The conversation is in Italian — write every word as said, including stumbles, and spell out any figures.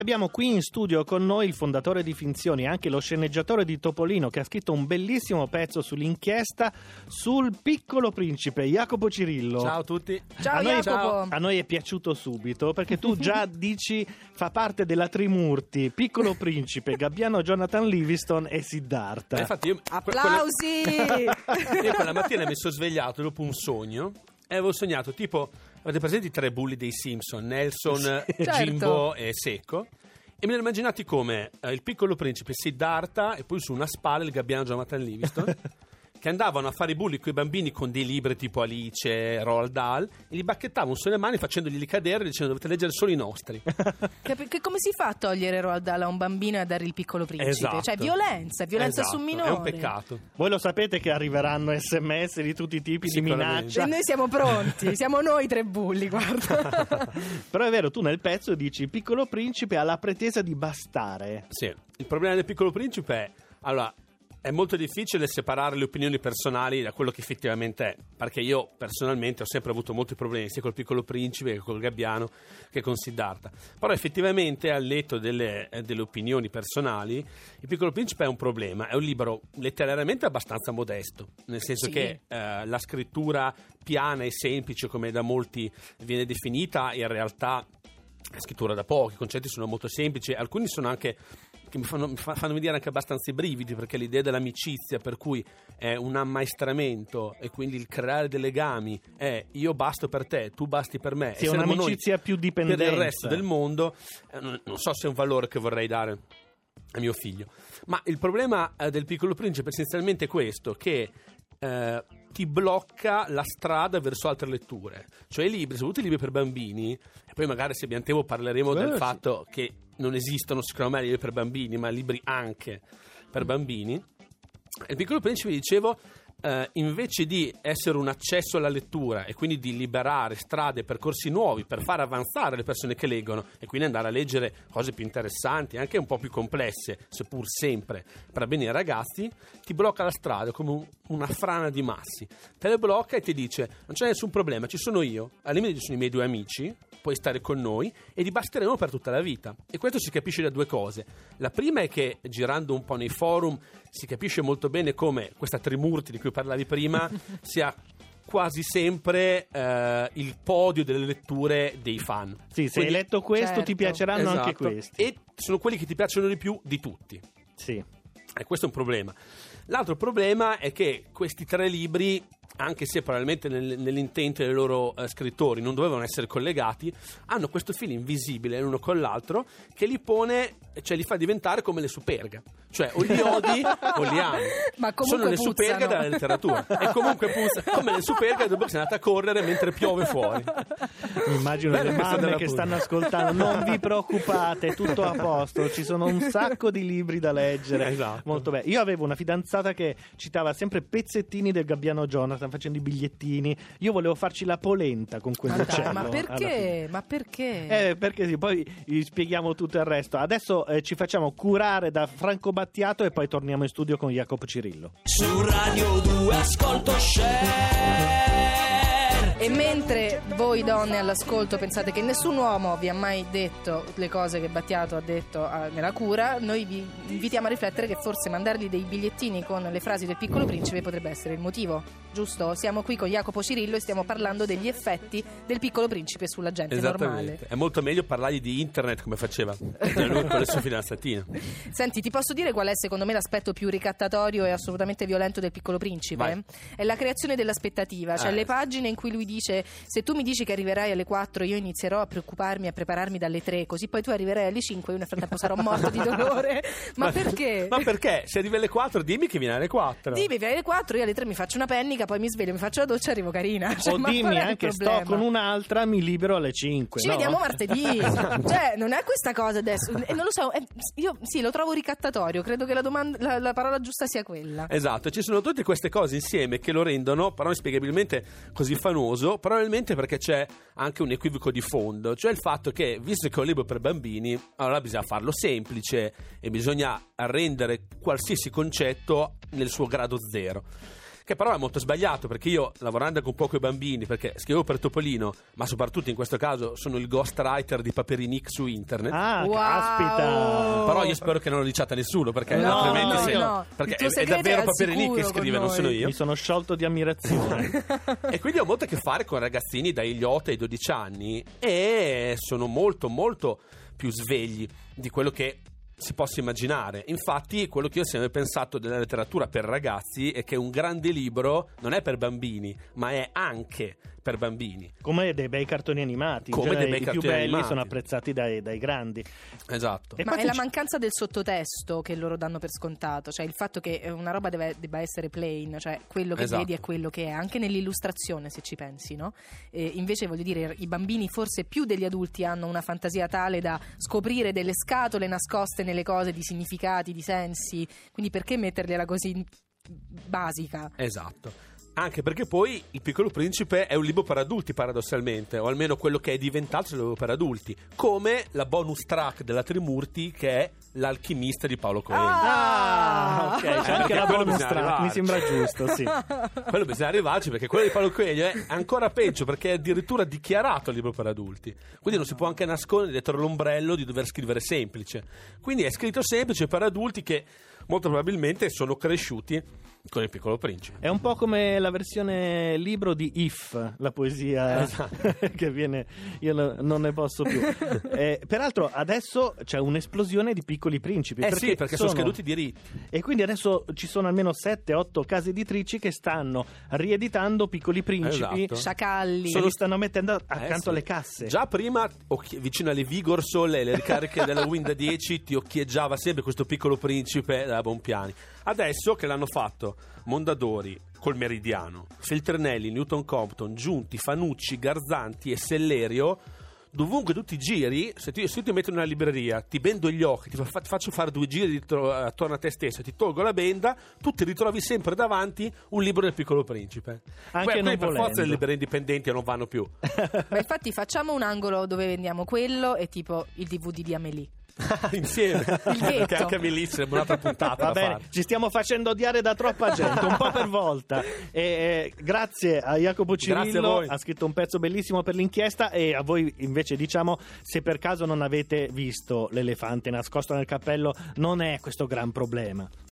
Abbiamo qui in studio con noi il fondatore di Finzioni, anche lo sceneggiatore di Topolino, che ha scritto un bellissimo pezzo sull'inchiesta sul Piccolo Principe, Jacopo Cirillo. Ciao a tutti. Ciao a noi, Jacopo. A noi è piaciuto subito, perché tu già dici fa parte della Trimurti, Piccolo Principe, Gabbiano Jonathan Livingston e Siddhartha. Eh, infatti io, Applausi! Quella, io quella mattina mi sono svegliato dopo un sogno e avevo sognato tipo, avete presente i tre bulli dei Simpson, Nelson, Sì, Jimbo certo. e Secco? E me li ho immaginati come eh, il Piccolo Principe, Siddhartha e poi su una spalla il Gabbiano Jonathan Livingston che andavano a fare i bulli con i bambini con dei libri tipo Alice, Roald Dahl, e li bacchettavano sulle mani facendogli cadere dicendo dovete leggere solo i nostri. Che, che come si fa a togliere Roald Dahl a un bambino e a dare il Piccolo Principe? Esatto. Cioè violenza, violenza Esatto, su minore. è un peccato. Voi lo sapete che arriveranno sms di tutti i tipi di Sicuramente. minaccia. E noi siamo pronti, siamo noi tre bulli, guarda. Però è vero, tu nel pezzo dici il Piccolo Principe ha la pretesa di bastare. Sì, il problema del Piccolo Principe è, allora, è molto difficile separare le opinioni personali da quello che effettivamente è, perché io personalmente ho sempre avuto molti problemi sia col Piccolo Principe che col Gabbiano che con Siddhartha, però effettivamente al netto delle, eh, delle opinioni personali il Piccolo Principe è un problema, è un libro letterariamente abbastanza modesto, nel senso Sì. che eh, la scrittura piana e semplice come da molti viene definita in realtà è scrittura da poco, i concetti sono molto semplici, alcuni sono anche che mi fanno, mi fanno vedere anche abbastanza i brividi, perché l'idea dell'amicizia, per cui è un ammaestramento e quindi il creare dei legami è io basto per te, tu basti per me, Sì, e siamo un'amicizia noi più dipendenza per il resto del mondo, eh, non, non so se è un valore che vorrei dare a mio figlio, ma il problema eh, del Piccolo Principe è essenzialmente questo, che eh, ti blocca la strada verso altre letture, cioè i libri, soprattutto i libri per bambini, e poi magari se abbiamo tempo parleremo Eh, del sì. fatto che non esistono secondo me libri per bambini, ma libri anche per bambini. Il Piccolo Principe, dicevo, eh, invece di essere un accesso alla lettura e quindi di liberare strade, percorsi nuovi per far avanzare le persone che leggono e quindi andare a leggere cose più interessanti, anche un po' più complesse, seppur sempre per bene ai ragazzi, ti blocca la strada come un, una frana di massi, te le blocca e ti dice non c'è nessun problema, ci sono io, al limite ci sono i miei due amici, puoi stare con noi e ti basteremo per tutta la vita. E questo si capisce da due cose. La prima è che girando un po' nei forum si capisce molto bene come questa Trimurti di cui parlavi prima sia quasi sempre eh, il podio delle letture dei fan. Sì, se Quindi- hai letto questo Certo. ti piaceranno anche Esatto. questi. E sono quelli che ti piacciono di più di tutti. Sì. E questo è un problema. L'altro problema è che questi tre libri, anche se probabilmente nel, nell'intento dei loro eh, scrittori non dovevano essere collegati, hanno questo filo invisibile l'uno con l'altro che li pone, cioè li fa diventare come le Superga, cioè o li odi o li ami. Ma comunque sono le puzzano. Superga della letteratura e comunque puzza come le Superga dopo che sei andata a correre mentre piove fuori. Mi immagino Bella le questa mamme della che punta. stanno ascoltando, non vi preoccupate, è tutto a posto, ci sono un sacco di libri da leggere. Esatto. Molto bene. Io avevo una fidanzata che citava sempre pezzettini del Gabbiano Jonathan facendo i bigliettini. Io volevo farci la polenta con Ma, quell'uccello. dai, ma alla fine. perché? Ma perché? Eh, perché sì, poi gli spieghiamo tutto il resto. Adesso eh, ci facciamo curare da Franco Battiato e poi torniamo in studio con Jacopo Cirillo. Su Radio due ascolto share. E mentre voi donne all'ascolto pensate che nessun uomo vi ha mai detto le cose che Battiato ha detto a, nella cura, noi vi invitiamo a riflettere che forse mandargli dei bigliettini con le frasi del Piccolo Principe potrebbe essere il motivo, giusto? Siamo qui con Jacopo Cirillo e stiamo parlando degli effetti del Piccolo Principe sulla gente normale. Esattamente. È molto meglio parlargli di internet come faceva lui con le sue fidanzatine. Senti, ti posso dire qual è secondo me l'aspetto più ricattatorio e assolutamente violento del Piccolo Principe? Vai. È la creazione dell'aspettativa, cioè Eh. le pagine in cui lui dice se tu mi dici che arriverai alle quattro io inizierò a preoccuparmi, a prepararmi dalle tre, così poi tu arriverai alle cinque io nel frattempo sarò morto di dolore. Ma, perché? Ma perché? Se arrivi alle quattro dimmi che viene alle quattro. Dimmi, vieni alle quattro, io alle tre mi faccio una pennica, poi mi sveglio, mi faccio la doccia e arrivo carina. Cioè, O ma qual dimmi è il anche sto problema? con un'altra, mi libero alle cinque. Ci no? vediamo martedì. Cioè, non è questa cosa adesso. E non lo so, è- io sì, lo trovo ricattatorio. Credo che la, domanda, la, la parola giusta sia quella. Esatto, ci sono tutte queste cose insieme che lo rendono però inspiegabilmente così fanoso, probabilmente perché c'è anche un equivoco di fondo, cioè il fatto che, visto che è un libro per bambini, allora bisogna farlo semplice e bisogna rendere qualsiasi concetto nel suo grado zero. che però è molto sbagliato, perché io, lavorando anche un po' con i bambini, perché scrivo per Topolino, ma soprattutto in questo caso sono il ghostwriter di Paperinik su internet. Ah, Wow. caspita! Però io spero che non lo diciate a nessuno, perché No, altrimenti no, se- no. perché Il tuo è, è segreto è davvero al Paperinik che sicuro scrive, con non sono noi. io. Mi sono sciolto di ammirazione. E quindi ho molto a che fare con ragazzini dagli otto ai dodici anni e sono molto molto più svegli di quello che si possa immaginare. Infatti quello che io ho sempre pensato della letteratura per ragazzi è che un grande libro non è per bambini, ma è anche per bambini. Come dei bei cartoni animati. In Come genere dei bei i più cartoni belli animati. sono apprezzati dai, dai grandi. Esatto. E Ma poi è la ci- mancanza del sottotesto che loro danno per scontato, cioè il fatto che una roba deve, debba essere plain, cioè quello che Esatto. vedi è quello che è, anche nell'illustrazione, se ci pensi, no? E invece voglio dire, i bambini forse più degli adulti hanno una fantasia tale da scoprire delle scatole nascoste nelle cose, di significati, di sensi, quindi perché mettergliela così basica? Esatto. Anche perché poi Il Piccolo Principe è un libro per adulti, paradossalmente, o almeno quello che è diventato un libro per adulti, come la bonus track della Trimurti, che è L'Alchimista di Paolo Coelho. Ah, ok, c'è anche perché la quello bonus bisogna track, mi arrivarci. sembra giusto, sì. Quello bisogna arrivarci, perché quello di Paolo Coelho è ancora peggio, perché è addirittura dichiarato libro per adulti, quindi non si può anche nascondere dietro l'ombrello di dover scrivere semplice. Quindi è scritto semplice per adulti che molto probabilmente sono cresciuti con Il Piccolo Principe. È un po' come la versione libro di If, la poesia Esatto. che viene, io no- non ne posso più. Eh, peraltro adesso c'è un'esplosione di Piccoli Principi. Eh sì, perché sono scaduti i diritti. E quindi adesso ci sono almeno sette otto case editrici che stanno rieditando Piccoli Principi. Esatto. Sciacalli. E li stanno mettendo accanto Eh sì. alle casse. Già prima, occhi- vicino alle Vigorsol e le ricariche della Windows dieci, ti occhieggiava sempre questo Piccolo Principe della Bonpiani. Adesso che l'hanno fatto Mondadori col Meridiano, Feltrinelli, Newton Compton, Giunti, Fanucci, Garzanti e Sellerio, dovunque tu ti giri, se ti, se io ti metto in una libreria, ti bendo gli occhi, ti fa- ti faccio fare due giri ditro- attorno a te stesso, ti tolgo la benda, tu ti ritrovi sempre davanti un libro del Piccolo Principe. Anche Poi, non poi per volendo. forza le librerie indipendenti non vanno più. Ma infatti facciamo un angolo dove vendiamo quello e tipo il D V D di Amélie. Insieme, perché anche a Melissa è un'altra puntata Va da bene, fare. ci stiamo facendo odiare da troppa gente, un po' per volta. E, eh, grazie a Jacopo Grazie a Cirillo, voi. ha scritto un pezzo bellissimo per l'inchiesta. E a voi invece diciamo, se per caso non avete visto l'elefante nascosto nel cappello, non è questo gran problema.